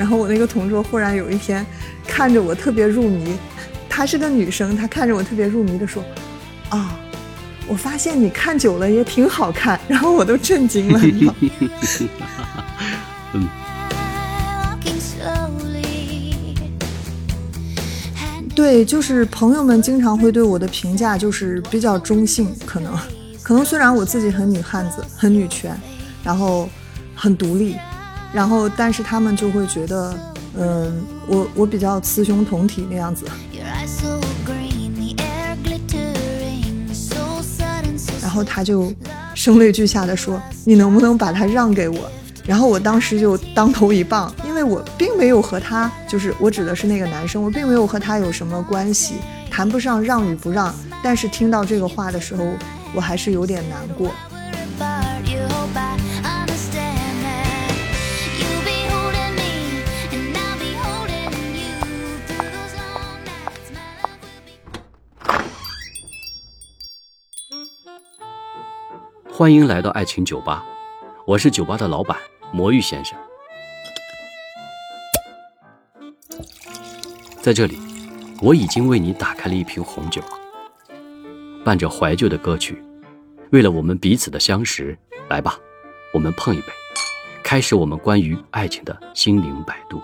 然后我那个同桌忽然有一天看着我特别入迷，她是个女生，她看着我特别入迷的说啊，我发现你看久了也挺好看，然后我都震惊了。对，就是朋友们经常会对我的评价就是比较中性，可能虽然我自己很女汉子很女权，然后很独立，然后但是他们就会觉得我比较雌雄同体那样子。然后他就声泪俱下的说，你能不能把他让给我？然后我当时就当头一棒，因为我并没有和他，就是我指的是那个男生，我并没有和他有什么关系，谈不上让与不让，但是听到这个话的时候我还是有点难过。 欢迎来到爱情酒吧，我是酒吧的老板魔芋先生。在这里，我已经为你打开了一瓶红酒，伴着怀旧的歌曲，为了我们彼此的相识，来吧，我们碰一杯，开始我们关于爱情的心灵摆渡。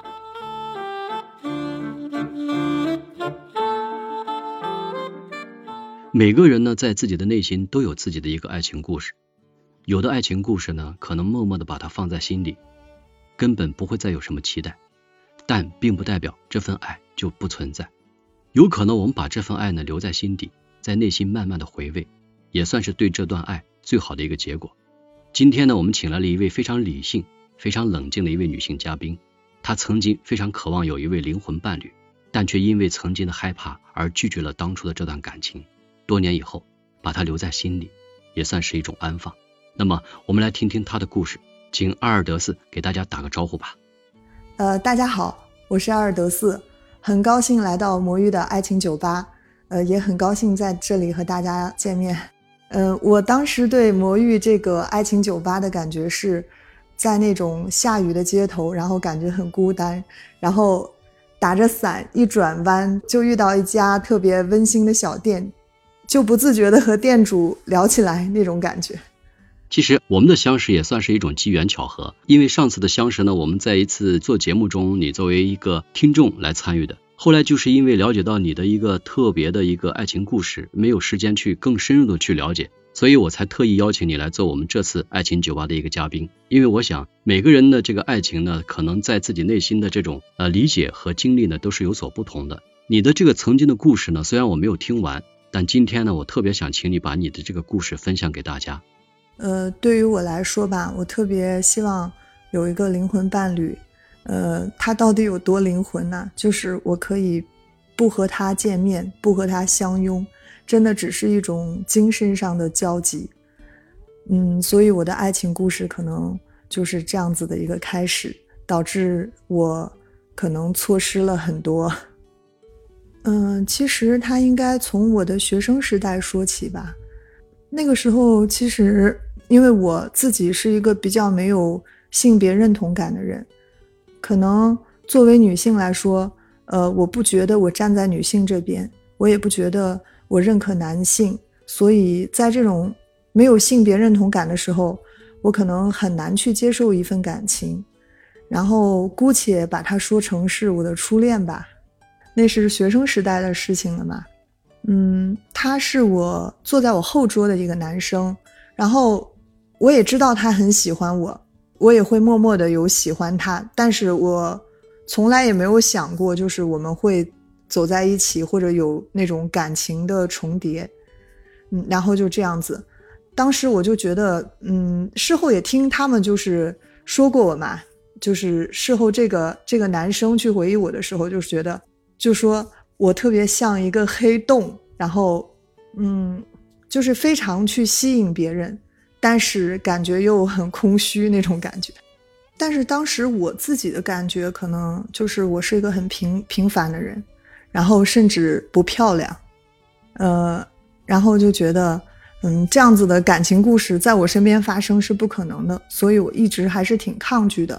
每个人呢，在自己的内心都有自己的一个爱情故事，有的爱情故事呢，可能默默地把它放在心里，根本不会再有什么期待，但并不代表这份爱就不存在。有可能我们把这份爱呢留在心底，在内心慢慢的回味，也算是对这段爱最好的一个结果。今天呢，我们请来了一位非常理性、非常冷静的一位女性嘉宾，她曾经非常渴望有一位灵魂伴侣，但却因为曾经的害怕而拒绝了当初的这段感情。多年以后，把她留在心里，也算是一种安放。那么，我们来听听她的故事，请阿尔德斯给大家打个招呼吧。 大家好，我是阿尔德斯，很高兴来到魔芋的爱情酒吧，也很高兴在这里和大家见面。我当时对魔芋这个爱情酒吧的感觉是，在那种下雨的街头，然后感觉很孤单，然后打着伞一转弯就遇到一家特别温馨的小店，就不自觉地和店主聊起来那种感觉。 其实我们的相识也算是一种机缘巧合，因为上次的相识呢，我们在一次做节目中，你作为一个听众来参与的。后来就是因为了解到你的一个特别的一个爱情故事，没有时间去更深入的去了解，所以我才特意邀请你来做我们这次爱情酒吧的一个嘉宾。因为我想每个人的这个爱情呢，可能在自己内心的这种理解和经历呢，都是有所不同的。你的这个曾经的故事呢，虽然我没有听完，但今天呢，我特别想请你把你的这个故事分享给大家。 对于我来说吧，我特别希望有一个灵魂伴侣。他到底有多灵魂呢？就是我可以不和他见面，不和他相拥，真的只是一种精神上的交集。所以我的爱情故事可能就是这样子的一个开始，导致我可能错失了很多。其实他应该从我的学生时代说起吧。那个时候其实因为我自己是一个比较没有性别认同感的人，可能作为女性来说，我不觉得我站在女性这边，我也不觉得我认可男性，所以在这种没有性别认同感的时候，我可能很难去接受一份感情，然后姑且把它说成是我的初恋吧，那是学生时代的事情了嘛。他是我坐在我后桌的一个男生，然后我也知道他很喜欢我，我也会默默的有喜欢他，但是我从来也没有想过就是我们会走在一起，或者有那种感情的重叠。然后就这样子，当时我就觉得事后也听他们就是说过我嘛，就是事后这个男生去回忆我的时候，就是觉得就说我特别像一个黑洞，然后就是非常去吸引别人，但是感觉又很空虚那种感觉。但是当时我自己的感觉可能就是我是一个很平凡的人，然后甚至不漂亮，然后就觉得这样子的感情故事在我身边发生是不可能的，所以我一直还是挺抗拒的。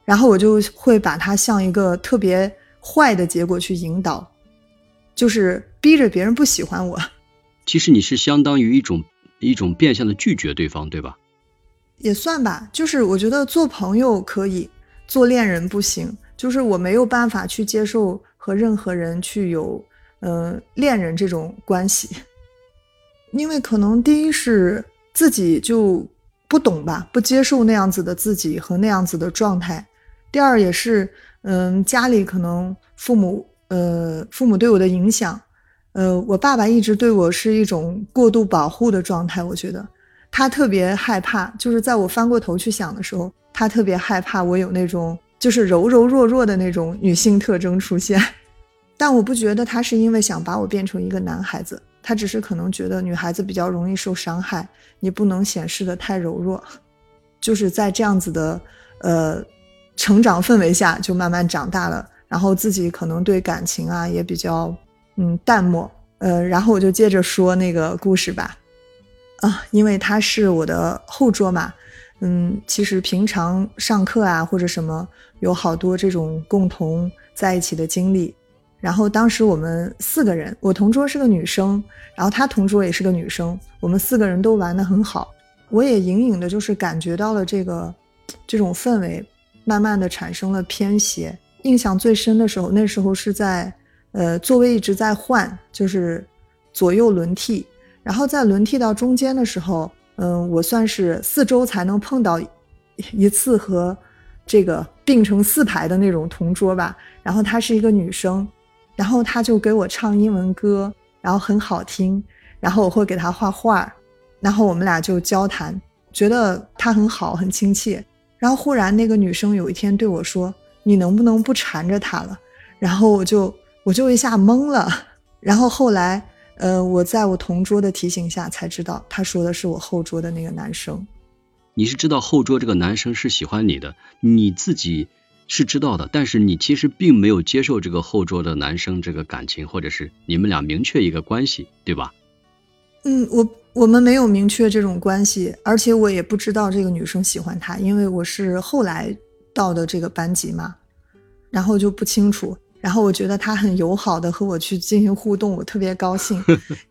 然后我就会把它向一个特别坏的结果去引导，就是逼着别人不喜欢我。 其实你是相当于一种变相的拒绝对方，对吧？ 也算吧，就是我觉得做朋友可以，做恋人不行，就是我没有办法去接受和任何人去有恋人这种关系。因为可能第一是自己就不懂吧，不接受那样子的自己和那样子的状态。第二也是家里可能父母对我的影响，我爸爸一直对我是一种过度保护的状态，我觉得他特别害怕，就是在我翻过头去想的时候，他特别害怕我有那种就是柔柔弱弱的那种女性特征出现。但我不觉得他是因为想把我变成一个男孩子，他只是可能觉得女孩子比较容易受伤害，你不能显示得太柔弱。就是在这样子的成长氛围下就慢慢长大了，然后自己可能对感情啊也比较淡漠。然后我就接着说那个故事吧。因为他是我的后桌嘛，其实平常上课啊或者什么有好多这种共同在一起的经历。然后当时我们4个人，我同桌是个女生，然后她同桌也是个女生，我们4个人都玩得很好。我也隐隐的就是感觉到了这种氛围慢慢的产生了偏斜。印象最深的时候，那时候是在座位一直在换，就是左右轮替，然后在轮替到中间的时候，我算是4周才能碰到一次和这个并成4排的那种同桌吧。然后她是一个女生，然后她就给我唱英文歌，然后很好听，然后我会给她画画，然后我们俩就交谈，觉得她很好很亲切。然后忽然那个女生有一天对我说，你能不能不缠着她了？然后我就一下懵了。然后后来我在我同桌的提醒下才知道，她说的是我后桌的那个男生。 你是知道后桌这个男生是喜欢你的，你自己是知道的，但是你其实并没有接受这个后桌的男生这个感情，或者是你们俩明确一个关系，对吧？ 我们没有明确这种关系，而且我也不知道这个女生喜欢他，因为我是后来到的这个班级嘛，然后就不清楚。然后我觉得他很友好的和我去进行互动，我特别高兴。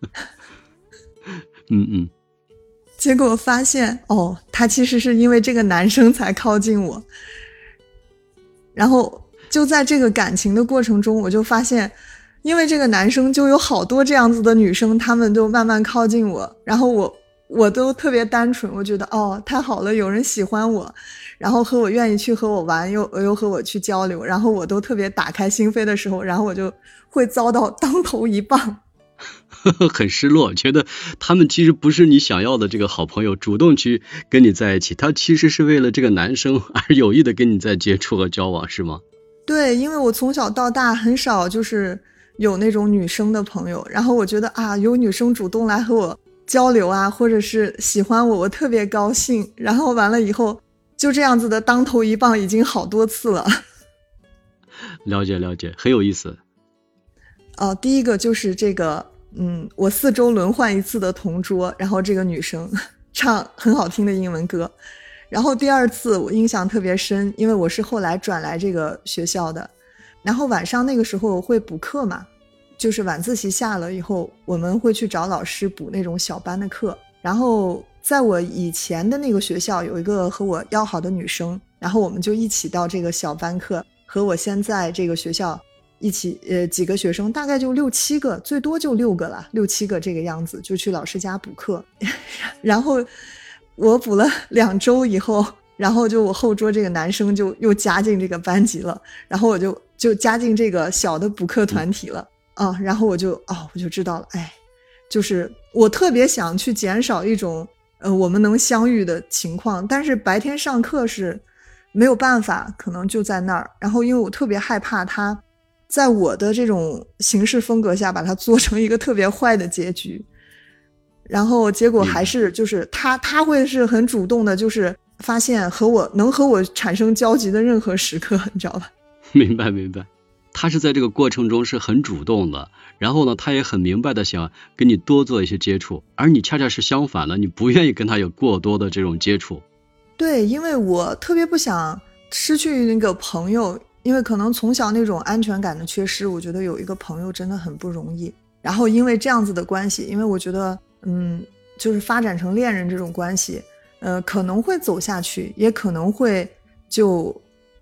结果发现他其实是因为这个男生才靠近我。然后就在这个感情的过程中，我就发现因为这个男生就有好多这样子的女生，她们就慢慢靠近我，然后我都特别单纯，我觉得太好了，有人喜欢我，然后愿意去和我玩，又和我去交流，然后我都特别打开心扉的时候，然后我就会遭到当头一棒。 很失落，觉得他们其实不是你想要的这个好朋友，主动去跟你在一起，他其实是为了这个男生而有意的跟你在接触和交往，是吗？ 对，因为我从小到大很少就是有那种女生的朋友，然后我觉得有女生主动来和我交流啊，或者是喜欢我，我特别高兴。然后完了以后就这样子的当头一棒已经好多次了。 了解了解，很有意思。 第一个就是这个我4周轮换一次的同桌，然后这个女生唱很好听的英文歌。然后第2次我印象特别深，因为我是后来转来这个学校的，然后晚上那个时候我会补课嘛，就是晚自习下了以后，我们会去找老师补那种小班的课。然后在我以前的那个学校有一个和我要好的女生，然后我们就一起到这个小班课，和我现在这个学校一起几个学生，大概就6、7个，最多就6个了，6、7个这个样子，就去老师家补课。然后我补了2周以后，然后就我后桌这个男生就又加进这个班级了，然后我就加进这个小的补课团体了。然后我就知道了，就是我特别想去减少一种我们能相遇的情况，但是白天上课是没有办法，可能就在那儿。然后因为我特别害怕他在我的这种行事风格下把它做成一个特别坏的结局，然后结果还是就是他会是很主动的，就是发现能和我产生交集的任何时刻，你知道吧？ 明白明白，他是在这个过程中是很主动的，然后呢他也很明白的想跟你多做一些接触，而你恰恰是相反了，你不愿意跟他有过多的这种接触。 对，因为我特别不想失去那个朋友，因为可能从小那种安全感的缺失，我觉得有一个朋友真的很不容易。然后因为这样子的关系，因为我觉得就是发展成恋人这种关系，可能会走下去，也可能会就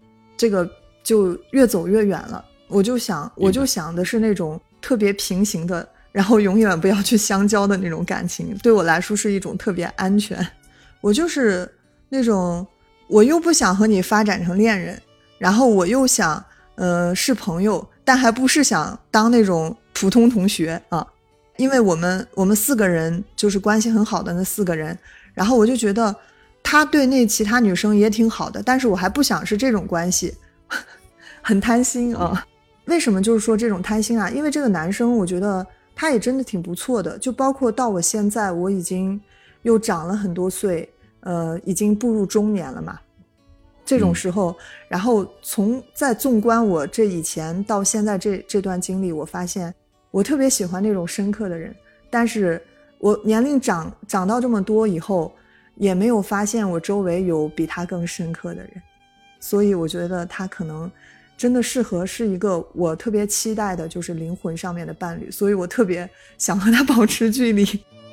越走越远了。我就想的是那种特别平行的，然后永远不要去相交的那种感情，对我来说是一种特别安全。我就是那种我又不想和你发展成恋人，然后我又想是朋友，但还不是想当那种普通同学啊。因为我们4个人就是关系很好的那4个人，然后我就觉得他对那其他女生也挺好的，但是我还不想是这种关系，很贪心啊。为什么就是说这种贪心啊？因为这个男生我觉得他也真的挺不错的，就包括到我现在我已经又长了很多岁，已经步入中年了嘛。这种时候，然后再纵观我这以前到现在这段经历，我发现我特别喜欢那种深刻的人，但是我年龄长到这么多以后，也没有发现我周围有比他更深刻的人，所以我觉得他可能真的适合是一个我特别期待的，就是灵魂上面的伴侣，所以我特别想和他保持距离。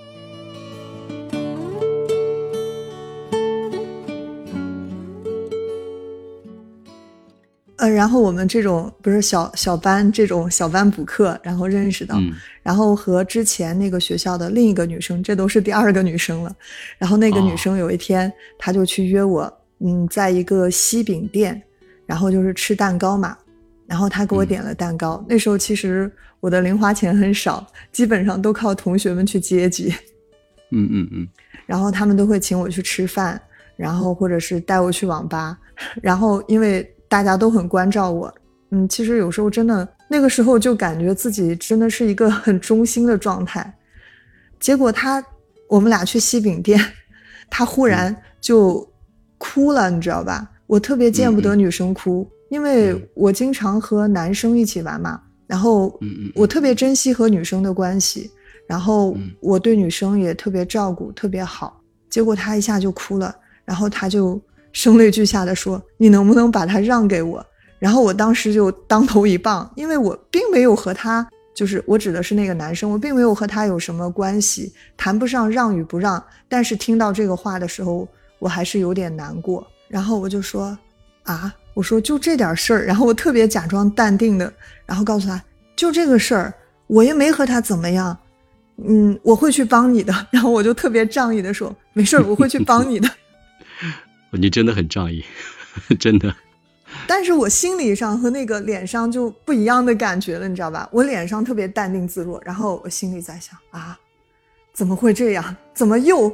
然后我们这种不是小班这种小班补课，然后认识的，然后和之前那个学校的另一个女生，这都是第2个女生了。然后那个女生有一天，她就去约我，在一个西饼店，然后就是吃蛋糕嘛。然后她给我点了蛋糕，那时候其实我的零花钱很少，基本上都靠同学们去接济。然后他们都会请我去吃饭，然后或者是带我去网吧，然后因为大家都很关照我，其实有时候真的那个时候就感觉自己真的是一个很忠心的状态。结果我们俩去西饼店，他忽然就哭了，你知道吧？我特别见不得女生哭，因为我经常和男生一起玩嘛，然后我特别珍惜和女生的关系，然后我对女生也特别照顾，特别好。结果他一下就哭了，然后他就声泪俱下的说，你能不能把他让给我？然后我当时就当头一棒，因为我并没有和他，就是我指的是那个男生，我并没有和他有什么关系，谈不上让与不让，但是听到这个话的时候，我还是有点难过。然后我就说我说就这点事儿，然后我特别假装淡定的，然后告诉他就这个事儿，我也没和他怎么样，我会去帮你的。然后我就特别仗义的说，没事，我会去帮你的。 你真的很仗义，真的。 但是我心理上和那个脸上就不一样的感觉了，你知道吧？我脸上特别淡定自若，然后我心里在想怎么会这样？怎么又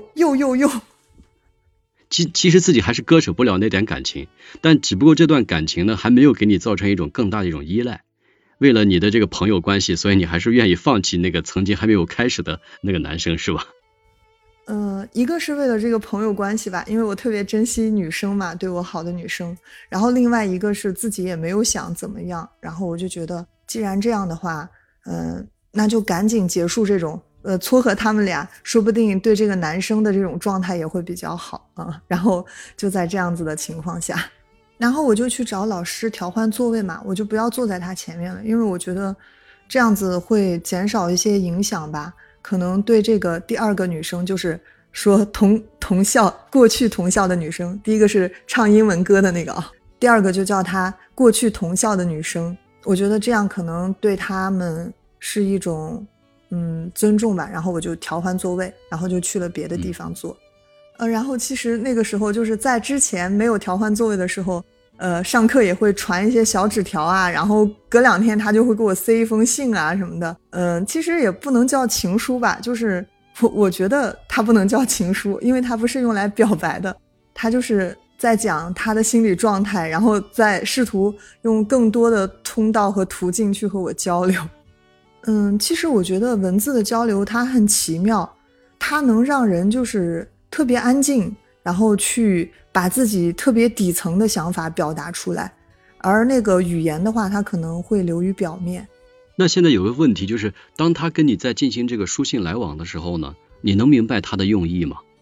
其实自己还是割舍不了那点感情，但只不过这段感情呢，还没有给你造成一种更大的一种依赖。为了你的这个朋友关系，所以你还是愿意放弃那个曾经还没有开始的那个男生，是吧？ 一个是为了这个朋友关系吧，因为我特别珍惜女生嘛，对我好的女生。然后另外一个是自己也没有想怎么样，然后我就觉得既然这样的话，那就赶紧结束这种撮合他们俩，说不定对这个男生的这种状态也会比较好啊。然后就在这样子的情况下，然后我就去找老师调换座位嘛，我就不要坐在他前面了，因为我觉得这样子会减少一些影响吧。可能对这个第2个女生，就是说同校过去同校的女生，第一个是唱英文歌的那个第2个就叫她过去同校的女生，我觉得这样可能对他们是一种尊重吧。然后我就调换座位，然后就去了别的地方坐。然后其实那个时候就是在之前没有调换座位的时候，上课也会传一些小纸条啊，然后隔2天他就会给我塞一封信啊什么的。其实也不能叫情书吧，就是我觉得它不能叫情书，因为它不是用来表白的，它就是在讲他的心理状态，然后再试图用更多的通道和途径去和我交流。其实我觉得文字的交流它很奇妙，它能让人就是特别安静，然后去把自己特别底层的想法表达出来，而那个语言的话，它可能会流于表面。 那现在有个问题，就是当他跟你在进行这个书信来往的时候呢，你能明白他的用意吗？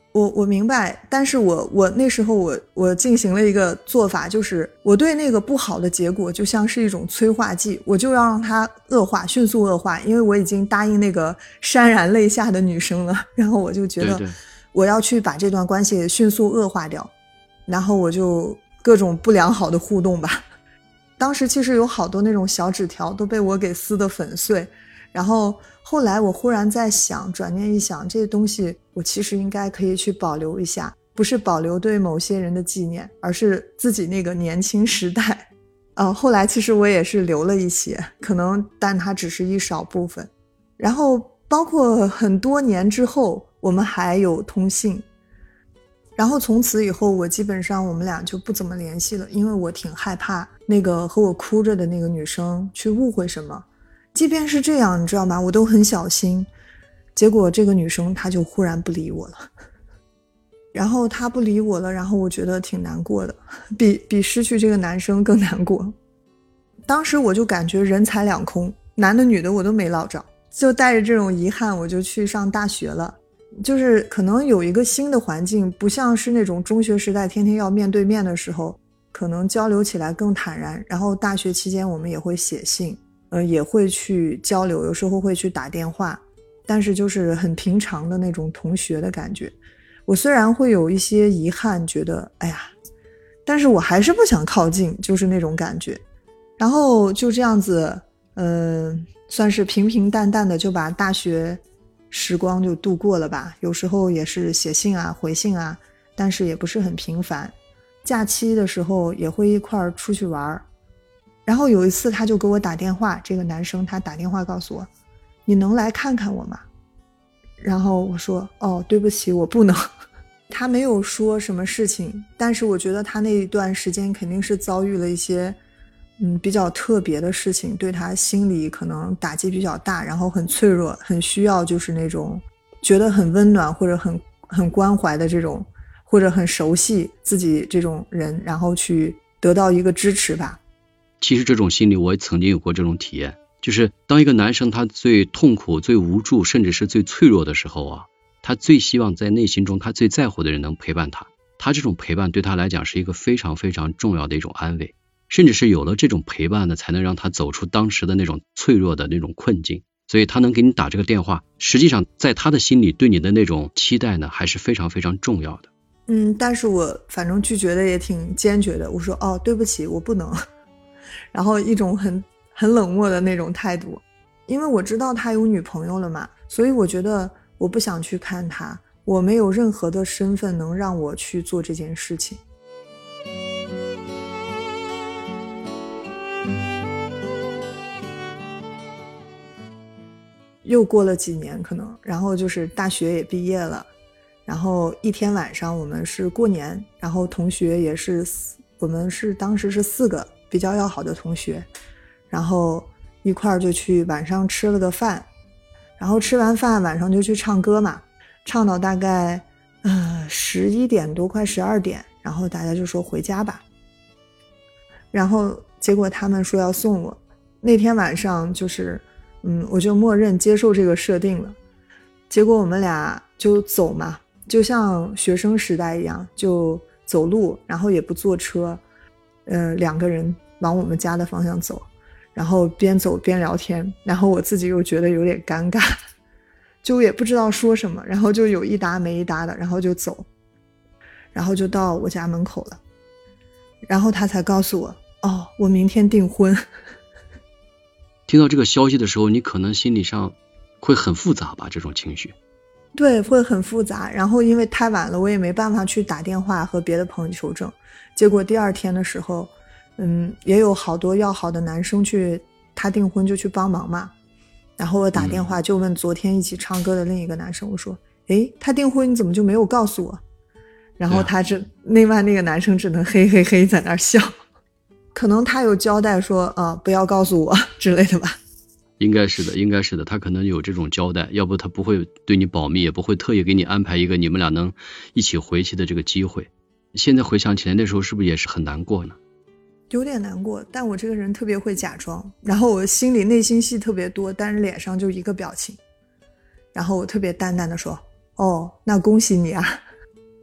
我明白，但是我那时候我进行了一个做法，就是我对那个不好的结果就像是一种催化剂，我就要让它恶化，迅速恶化，因为我已经答应那个潸然泪下的女生了，然后我就觉得我要去把这段关系迅速恶化掉，然后我就各种不良好的互动吧。当时其实有好多那种小纸条都被我给撕得粉碎，然后后来我忽然在想，转念一想，这些东西我其实应该可以去保留一下，不是保留对某些人的纪念，而是自己那个年轻时代。后来其实我也是留了一些，可能但它只是一少部分。然后包括很多年之后，我们还有通信。然后从此以后，我基本上我们俩就不怎么联系了，因为我挺害怕那个和我哭着的那个女生去误会什么。即便是这样，你知道吗？我都很小心。结果这个女生她就忽然不理我了。然后她不理我了，然后我觉得挺难过的，比失去这个男生更难过。当时我就感觉人财两空，男的女的我都没捞着，就带着这种遗憾我就去上大学了。就是可能有一个新的环境，不像是那种中学时代天天要面对面的时候，可能交流起来更坦然。然后大学期间我们也会写信，也会去交流，有时候会去打电话，但是就是很平常的那种同学的感觉。我虽然会有一些遗憾，觉得哎呀，但是我还是不想靠近，就是那种感觉。然后就这样子算是平平淡淡的就把大学时光就度过了吧。有时候也是写信啊回信啊，但是也不是很频繁。假期的时候也会一块儿出去玩。然后有一次他就给我打电话，这个男生他打电话告诉我，你能来看看我吗？然后我说对不起，我不能。他没有说什么事情，但是我觉得他那一段时间肯定是遭遇了一些比较特别的事情，对他心里可能打击比较大，然后很脆弱，很需要就是那种觉得很温暖或者很关怀的这种，或者很熟悉自己这种人，然后去得到一个支持吧。 其实这种心理我也曾经有过这种体验，就是当一个男生他最痛苦最无助甚至是最脆弱的时候啊，他最希望在内心中他最在乎的人能陪伴他，他这种陪伴对他来讲是一个非常非常重要的一种安慰，甚至是有了这种陪伴呢，才能让他走出当时的那种脆弱的那种困境。所以他能给你打这个电话，实际上在他的心里对你的那种期待呢，还是非常非常重要的。 但是我反正拒绝的也挺坚决的，我说对不起，我不能。然后一种很冷漠的那种态度，因为我知道他有女朋友了嘛，所以我觉得我不想去看他，我没有任何的身份能让我去做这件事情。又过了几年可能，然后就是大学也毕业了，然后一天晚上我们是过年，然后同学也是我们是当时是4个比较要好的同学，然后一块儿就去晚上吃了个饭，然后吃完饭晚上就去唱歌嘛，唱到大概11点多快12点，然后大家就说回家吧，然后结果他们说要送我，那天晚上就是我就默认接受这个设定了。结果我们俩就走嘛，就像学生时代一样，就走路，然后也不坐车，2个人往我们家的方向走，然后边走边聊天，然后我自己又觉得有点尴尬，就也不知道说什么，然后就有一搭没一搭的，然后就走，然后就到我家门口了，然后他才告诉我我明天订婚。 听到这个消息的时候，你可能心理上会很复杂吧，这种情绪。 对，会很复杂，然后因为太晚了，我也没办法去打电话和别的朋友求证，结果第2天的时候也有好多要好的男生去他订婚就去帮忙嘛，然后我打电话就问昨天一起唱歌的另一个男生，我说他订婚你怎么就没有告诉我？然后另外那个男生只能嘿嘿嘿在那儿笑，可能他有交代说不要告诉我之类的吧。 应该是的，应该是的，他可能有这种交代，要不他不会对你保密，也不会特意给你安排一个你们俩能一起回去的这个机会。现在回想起来，那时候是不是也是很难过呢？ 有点难过，但我这个人特别会假装，然后我心里内心戏特别多，但是脸上就一个表情，然后我特别淡淡的说那恭喜你啊。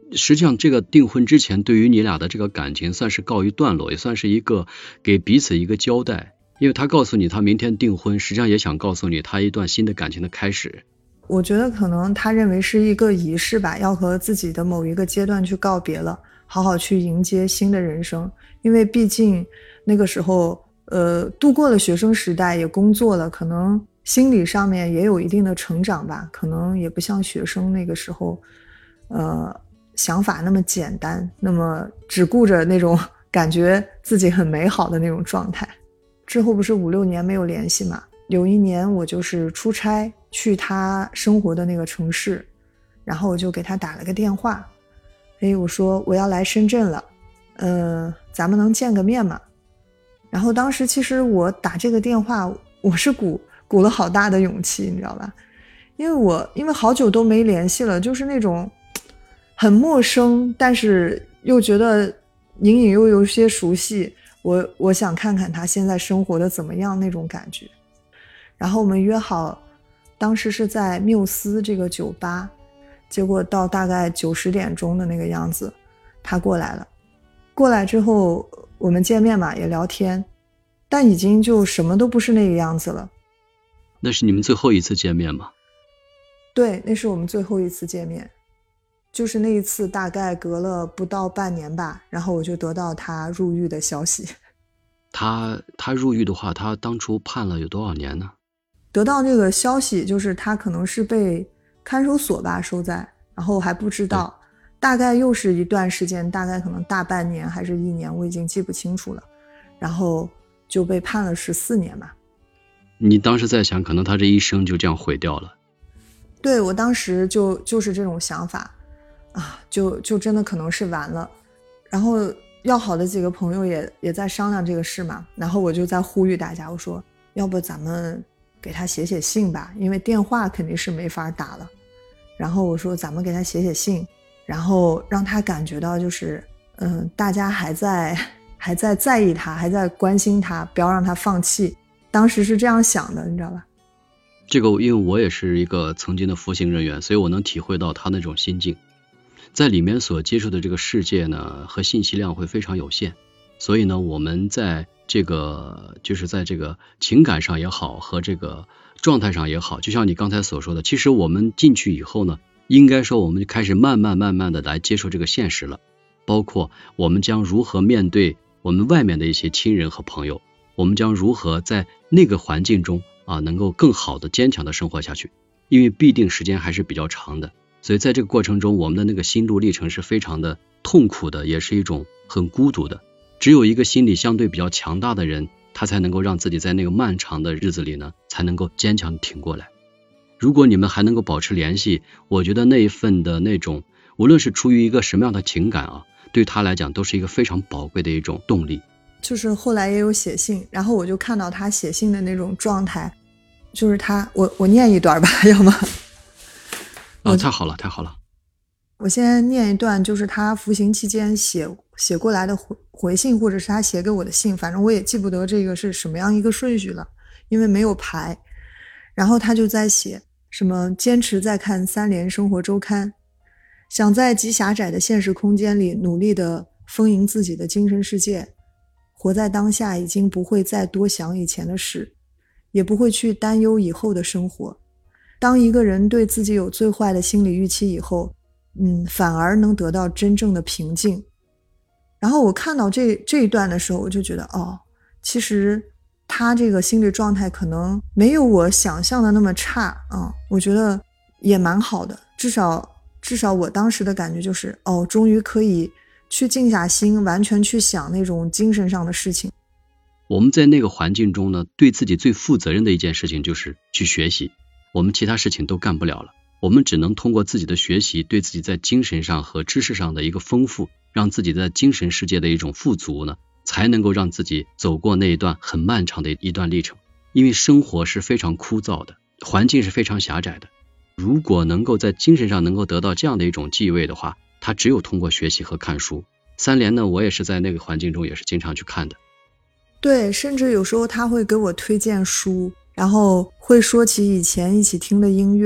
实际上这个订婚之前对于你俩的这个感情算是告一段落，也算是一个给彼此一个交代，因为他告诉你他明天订婚，实际上也想告诉你他一段新的感情的开始。 我觉得可能他认为是一个仪式吧，要和自己的某一个阶段去告别了，好好去迎接新的人生。因为毕竟那个时候度过了学生时代，也工作了，可能心理上面也有一定的成长吧，可能也不像学生那个时候想法那么简单，那么只顾着那种感觉自己很美好的那种状态。之后不是5、6年没有联系嘛，有一年我就是出差去他生活的那个城市，然后我就给他打了个电话，我说我要来深圳了，咱们能见个面吗？然后当时其实我打这个电话，我是鼓了好大的勇气，你知道吧？因为好久都没联系了，就是那种很陌生，但是又觉得隐隐又有些熟悉，我想看看他现在生活的怎么样那种感觉。然后我们约好，当时是在缪斯这个酒吧，结果到大概9、10点钟的那个样子，他过来了。过来之后我们见面嘛，也聊天，但已经就什么都不是那个样子了。 那是你们最后一次见面吗？ 对，那是我们最后一次见面，就是那一次大概隔了不到半年吧，然后我就得到他入狱的消息。 他入狱的话，他当初判了有多少年呢？ 得到这个消息就是他可能是被看守所吧收在，然后还不知道，大概又是一段时间，大概可能大半年还是1年，我已经记不清楚了，然后就被判了14年嘛。 你当时在想，可能他这一生就这样毁掉了。 对，我当时就是这种想法啊，就真的可能是完了。然后要好的几个朋友也在商量这个事嘛，然后我就在呼吁大家，我说要不咱们给他写写信吧，因为电话肯定是没法打了。然后我说咱们给他写写信，然后让他感觉到就是大家还在在意他，还在关心他，不要让他放弃。当时是这样想的，你知道吧？ 这个因为我也是一个曾经的服刑人员，所以我能体会到他那种心境。在里面所接触的这个世界呢，和信息量会非常有限，所以呢，我们在这个情感上也好，和这个状态上也好，就像你刚才所说的，其实我们进去以后呢，应该说我们就开始慢慢的来接受这个现实了，包括我们将如何面对我们外面的一些亲人和朋友，我们将如何在那个环境中能够更好的坚强的生活下去，因为必定时间还是比较长的，所以在这个过程中，我们的那个心路历程是非常的痛苦的，也是一种很孤独的。只有一个心理相对比较强大的人，他才能够让自己在那个漫长的日子里呢，才能够坚强挺过来。如果你们还能够保持联系，我觉得那一份的那种，无论是出于一个什么样的情感对他来讲都是一个非常宝贵的一种动力。 就是后来也有写信，然后我就看到他写信的那种状态，就是我念一段吧，要吗？ 太好了太好了。 我先念一段，就是他服刑期间写过来的回信，或者是他写给我的信，反正我也记不得这个是什么样一个顺序了，因为没有排。然后他就在写什么坚持在看3联生活周刊，想在极狭窄的现实空间里努力地丰盈自己的精神世界，活在当下已经不会再多想以前的事，也不会去担忧以后的生活。当一个人对自己有最坏的心理预期以后，反而能得到真正的平静。然后我看到这一段的时候，我就觉得其实他这个心理状态可能没有我想象的那么差我觉得也蛮好的，至少我当时的感觉就是终于可以去静下心，完全去想那种精神上的事情。 我们在那个环境中呢，对自己最负责任的一件事情就是去学习，我们其他事情都干不了了，我们只能通过自己的学习，对自己在精神上和知识上的一个丰富，让自己在精神世界的一种富足呢，才能够让自己走过那一段很漫长的一段历程。因为生活是非常枯燥的，环境是非常狭窄的，如果能够在精神上能够得到这样的一种继位的话，他只有通过学习和看书。3联呢，我也是在那个环境中也是经常去看的。 对，甚至有时候他会给我推荐书，然后会说起以前一起听的音乐，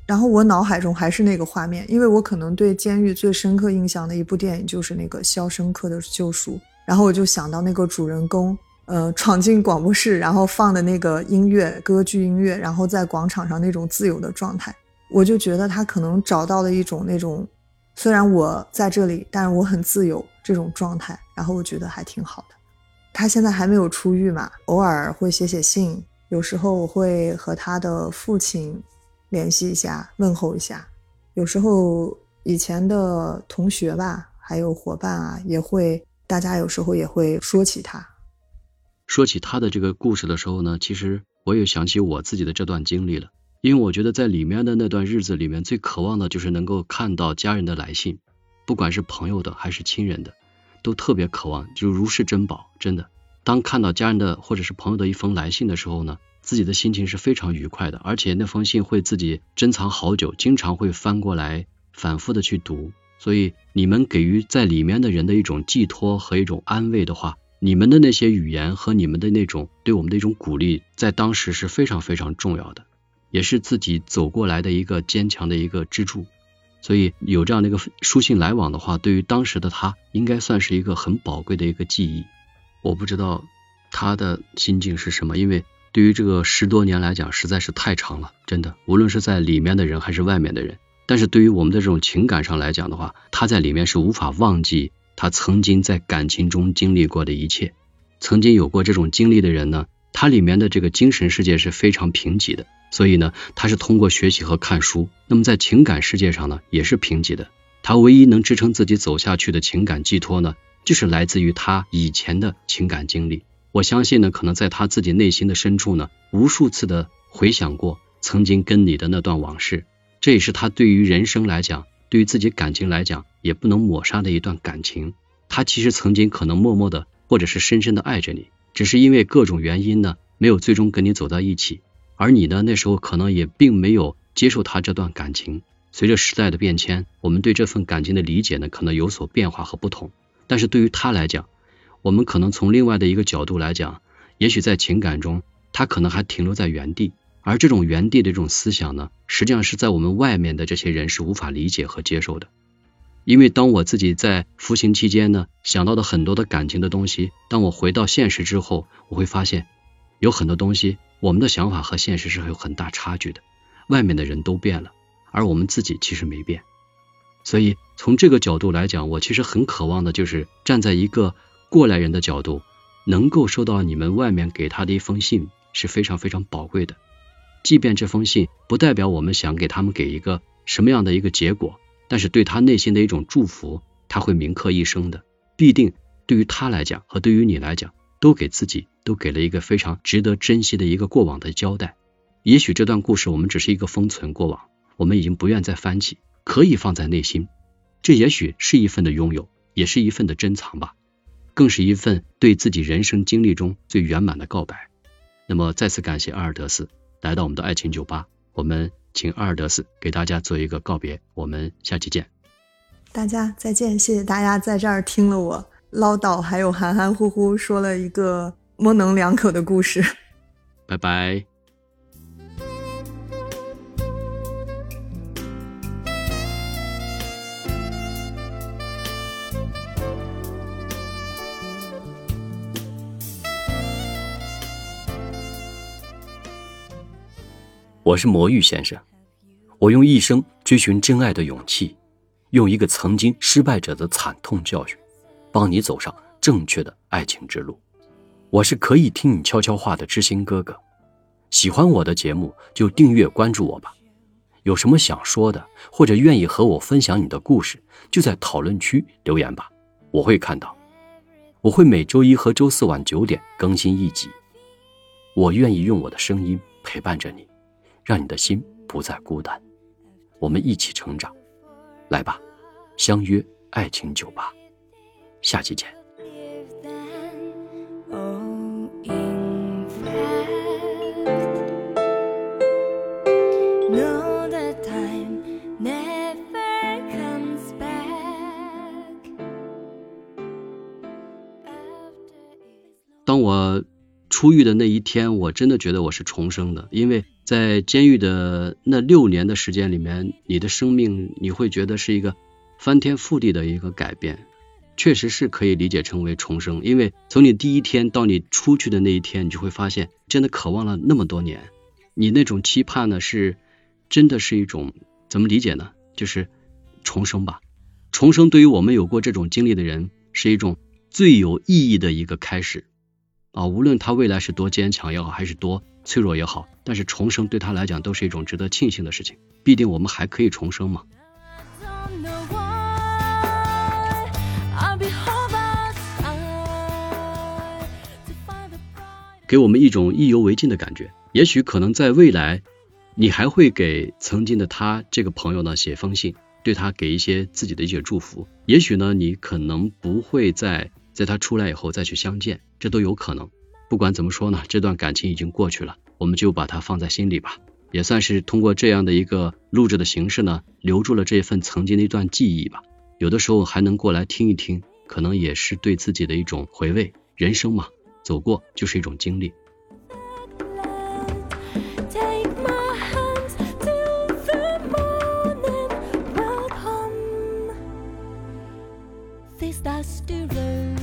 然后我脑海中还是那个画面，因为我可能对监狱最深刻印象的一部电影就是那个《肖申克的救赎》，然后我就想到那个主人公闯进广播室，然后放的那个音乐，歌剧音乐，然后在广场上那种自由的状态，我就觉得他可能找到了一种那种虽然我在这里，但是我很自由这种状态，然后我觉得还挺好的。他现在还没有出狱嘛，偶尔会写写信，有时候我会和他的父亲联系一下，问候一下，有时候以前的同学吧，还有伙伴啊，大家有时候也会说起他。 说起他的这个故事的时候呢，其实我也想起我自己的这段经历了。因为我觉得在里面的那段日子里面，最渴望的就是能够看到家人的来信，不管是朋友的还是亲人的，都特别渴望，就如是珍宝。真的，当看到家人的或者是朋友的一封来信的时候呢，自己的心情是非常愉快的，而且那封信会自己珍藏好久，经常会翻过来反复的去读。所以你们给予在里面的人的一种寄托和一种安慰的话，你们的那些语言和你们的那种对我们的一种鼓励，在当时是非常非常重要的，也是自己走过来的一个坚强的一个支柱。所以有这样的一个书信来往的话，对于当时的他应该算是一个很宝贵的一个记忆。我不知道他的心境是什么，因为对于这个10多年来讲实在是太长了，真的，无论是在里面的人还是外面的人。但是对于我们的这种情感上来讲的话，他在里面是无法忘记他曾经在感情中经历过的一切。曾经有过这种经历的人呢，他里面的这个精神世界是非常贫瘠的，所以呢，他是通过学习和看书，那么在情感世界上呢，也是贫瘠的。他唯一能支撑自己走下去的情感寄托呢，就是来自于他以前的情感经历。我相信呢，可能在他自己内心的深处呢，无数次的回想过曾经跟你的那段往事，这也是他对于人生来讲，对于自己感情来讲，也不能抹杀的一段感情。他其实曾经可能默默的或者是深深的爱着你，只是因为各种原因呢，没有最终跟你走到一起，而你呢，那时候可能也并没有接受他这段感情。随着时代的变迁，我们对这份感情的理解呢，可能有所变化和不同，但是对于他来讲，我们可能从另外的一个角度来讲，也许在情感中他可能还停留在原地，而这种原地的这种思想呢，实际上是在我们外面的这些人是无法理解和接受的。因为当我自己在服刑期间呢，想到的很多的感情的东西，当我回到现实之后，我会发现有很多东西我们的想法和现实是有很大差距的，外面的人都变了，而我们自己其实没变。所以从这个角度来讲，我其实很渴望的就是站在一个过来人的角度，能够收到你们外面给他的一封信是非常非常宝贵的。即便这封信不代表我们想给他们给一个什么样的一个结果，但是对他内心的一种祝福，他会铭刻一生的，必定对于他来讲和对于你来讲，都给自己都给了一个非常值得珍惜的一个过往的交代。也许这段故事我们只是一个封存过往，我们已经不愿再翻起，可以放在内心，这也许是一份的拥有，也是一份的珍藏吧，更是一份对自己人生经历中最圆满的告白。那么再次感谢阿尔德斯来到我们的爱情酒吧，我们请阿尔德斯给大家做一个告别，我们下期见。 大家再见，谢谢大家在这儿听了我唠叨还有含含糊糊说了一个模棱两可的故事， 拜拜。我是魔芋先生，我用一生追寻真爱的勇气，用一个曾经失败者的惨痛教训，帮你走上正确的爱情之路。我是可以听你悄悄话的知心哥哥，喜欢我的节目就订阅关注我吧。有什么想说的，或者愿意和我分享你的故事，就在讨论区留言吧，我会看到。我会每周一和周四晚9点更新一集。我愿意用我的声音陪伴着你，让你的心不再孤单，我们一起成长。来吧，相约爱情酒吧，下期见。当我出狱的那一天，我真的觉得我是重生的，因为在监狱的那6年的时间里面，你的生命你会觉得是一个翻天覆地的一个改变，确实是可以理解成为重生。因为从你第一天到你出去的那一天，你就会发现真的渴望了那么多年，你那种期盼呢是真的是一种怎么理解呢？就是重生吧。重生对于我们有过这种经历的人是一种最有意义的一个开始无论他未来是多坚强也好，还是多脆弱也好，但是重生对他来讲都是一种值得庆幸的事情，必定我们还可以重生嘛。给我们一种意犹未尽的感觉，也许可能在未来你还会给曾经的他这个朋友呢写封信，对他给一些自己的一些祝福，也许呢你可能不会在他出来以后再去相见，这都有可能。不管怎么说呢，这段感情已经过去了，我们就把它放在心里吧，也算是通过这样的一个录制的形式呢，留住了这份曾经的一段记忆吧。有的时候还能过来听一听，可能也是对自己的一种回味。人生嘛，走过就是一种经历。 This starts to run.